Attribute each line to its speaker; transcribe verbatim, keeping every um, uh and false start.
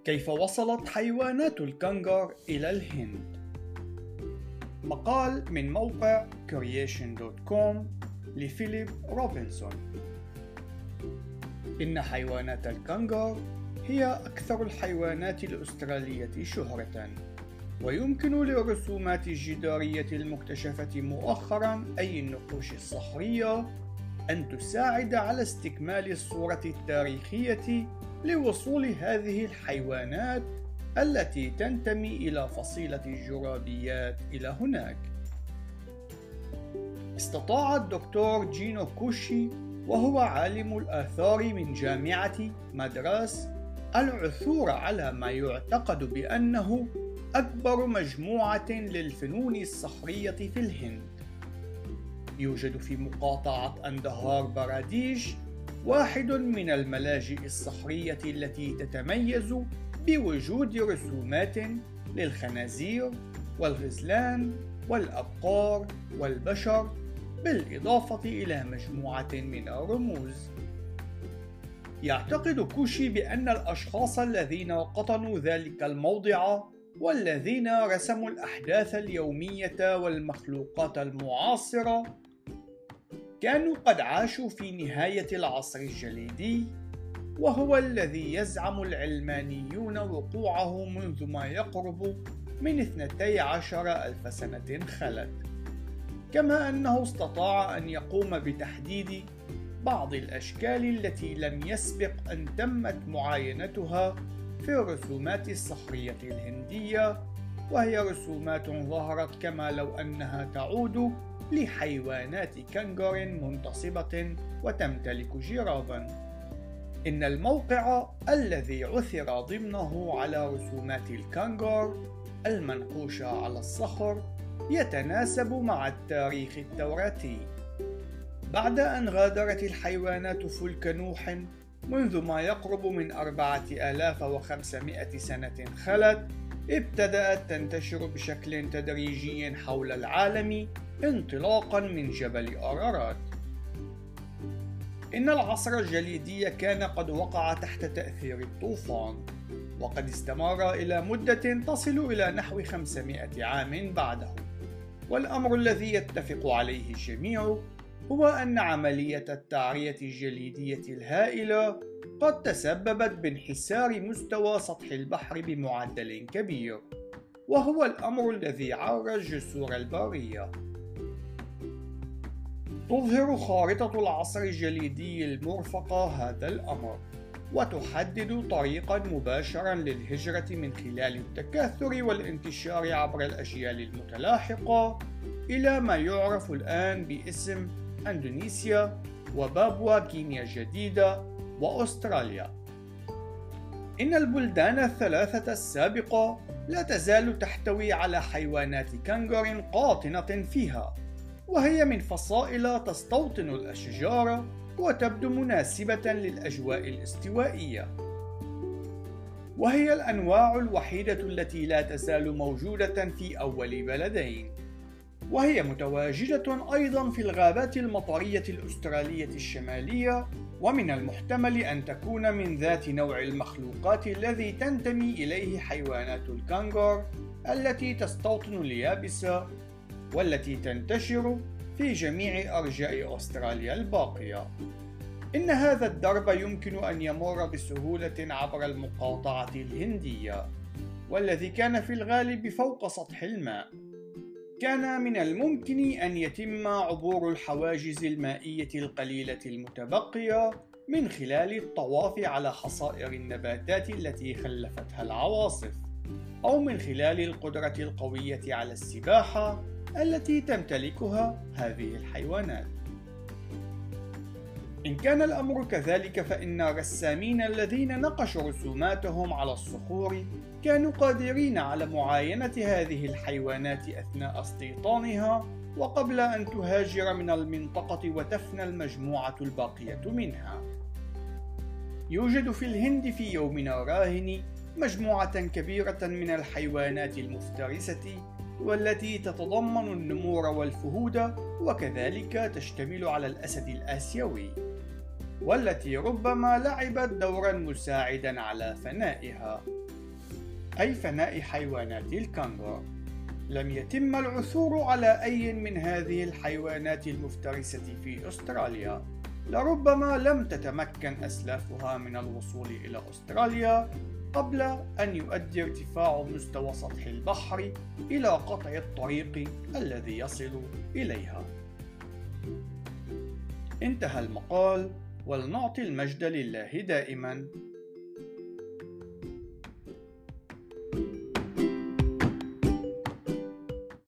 Speaker 1: كيف وصلت حيوانات الكنغر إلى الهند؟ مقال من موقع كرييشن دوت كوم لفيليب روبنسون. إن حيوانات الكنغر هي أكثر الحيوانات الأسترالية شهرة، ويمكن للرسومات الجدارية المكتشفة مؤخرا أي النقوش الصخرية أن تساعد على استكمال الصورة التاريخية لوصول هذه الحيوانات التي تنتمي إلى فصيلة الجرابيات إلى هناك. استطاع الدكتور جينو كوشي، وهو عالم الآثار من جامعة مدراس، العثور على ما يعتقد بأنه أكبر مجموعة للفنون الصخرية في الهند. يوجد في مقاطعة أندهار باراديش واحد من الملاجئ الصخرية التي تتميز بوجود رسومات للخنازير والغزلان والأبقار والبشر، بالإضافة إلى مجموعة من الرموز. يعتقد كوشي بأن الأشخاص الذين قطنوا ذلك الموضع والذين رسموا الأحداث اليومية والمخلوقات المعاصرة كانوا قد عاشوا في نهاية العصر الجليدي، وهو الذي يزعم العلمانيون وقوعه منذ ما يقرب من اثنتي عشر ألف سنة خلت. كما أنه استطاع أن يقوم بتحديد بعض الأشكال التي لم يسبق أن تمت معاينتها في الرسومات الصخرية الهندية، وهي رسومات ظهرت كما لو أنها تعود لحيوانات كنغر منتصبة وتمتلك جرابا. إن الموقع الذي عثر ضمنه على رسومات الكنغر المنقوشة على الصخر يتناسب مع التاريخ التوراتي. بعد أن غادرت الحيوانات فلك نوح منذ ما يقرب من أربعة آلاف وخمسمائة سنة خلت، ابتدأت تنتشر بشكل تدريجي حول العالم انطلاقا من جبل أرارات. إن العصر الجليدي كان قد وقع تحت تأثير الطوفان، وقد استمر إلى مدة تصل إلى نحو خمسمائة عام بعده. والأمر الذي يتفق عليه الجميع هو أن عملية التعرية الجليدية الهائلة قد تسببت بانحسار مستوى سطح البحر بمعدل كبير، وهو الأمر الذي عرى الجسور البرية. تظهر خارطة العصر الجليدي المرفقة هذا الأمر، وتحدد طريقا مباشرا للهجرة من خلال التكاثر والانتشار عبر الأجيال المتلاحقة إلى ما يعرف الآن باسم أندونيسيا وبابوا غينيا الجديدة وأستراليا. إن البلدان الثلاثة السابقة لا تزال تحتوي على حيوانات كنغر قاطنة فيها، وهي من فصائل تستوطن الأشجار وتبدو مناسبة للأجواء الاستوائية، وهي الأنواع الوحيدة التي لا تزال موجودة في أول بلدين. وهي متواجدة أيضا في الغابات المطرية الأسترالية الشمالية، ومن المحتمل أن تكون من ذات نوع المخلوقات الذي تنتمي إليه حيوانات الكنغر التي تستوطن اليابسة والتي تنتشر في جميع أرجاء أستراليا الباقية. إن هذا الدرب يمكن أن يمر بسهولة عبر المقاطعة الهندية، والذي كان في الغالب فوق سطح الماء. كان من الممكن أن يتم عبور الحواجز المائية القليلة المتبقية من خلال الطواف على حصائر النباتات التي خلفتها العواصف، أو من خلال القدرة القوية على السباحة التي تمتلكها هذه الحيوانات. إن كان الأمر كذلك، فإن الرسامين الذين نقشوا رسوماتهم على الصخور كانوا قادرين على معاينة هذه الحيوانات أثناء استيطانها وقبل أن تهاجر من المنطقة وتفنى المجموعة الباقية منها. يوجد في الهند في يومنا الراهن مجموعة كبيرة من الحيوانات المفترسة، والتي تتضمن النمور والفهود، وكذلك تشتمل على الأسد الآسيوي، والتي ربما لعبت دورا مساعدا على فنائها. أي فناء حيوانات الكنغر. لم يتم العثور على أي من هذه الحيوانات المفترسة في أستراليا. لربما لم تتمكن أسلافها من الوصول إلى أستراليا قبل أن يؤدي ارتفاع مستوى سطح البحر إلى قطع الطريق الذي يصل إليها. انتهى المقال، ولنعطي المجد لله دائما.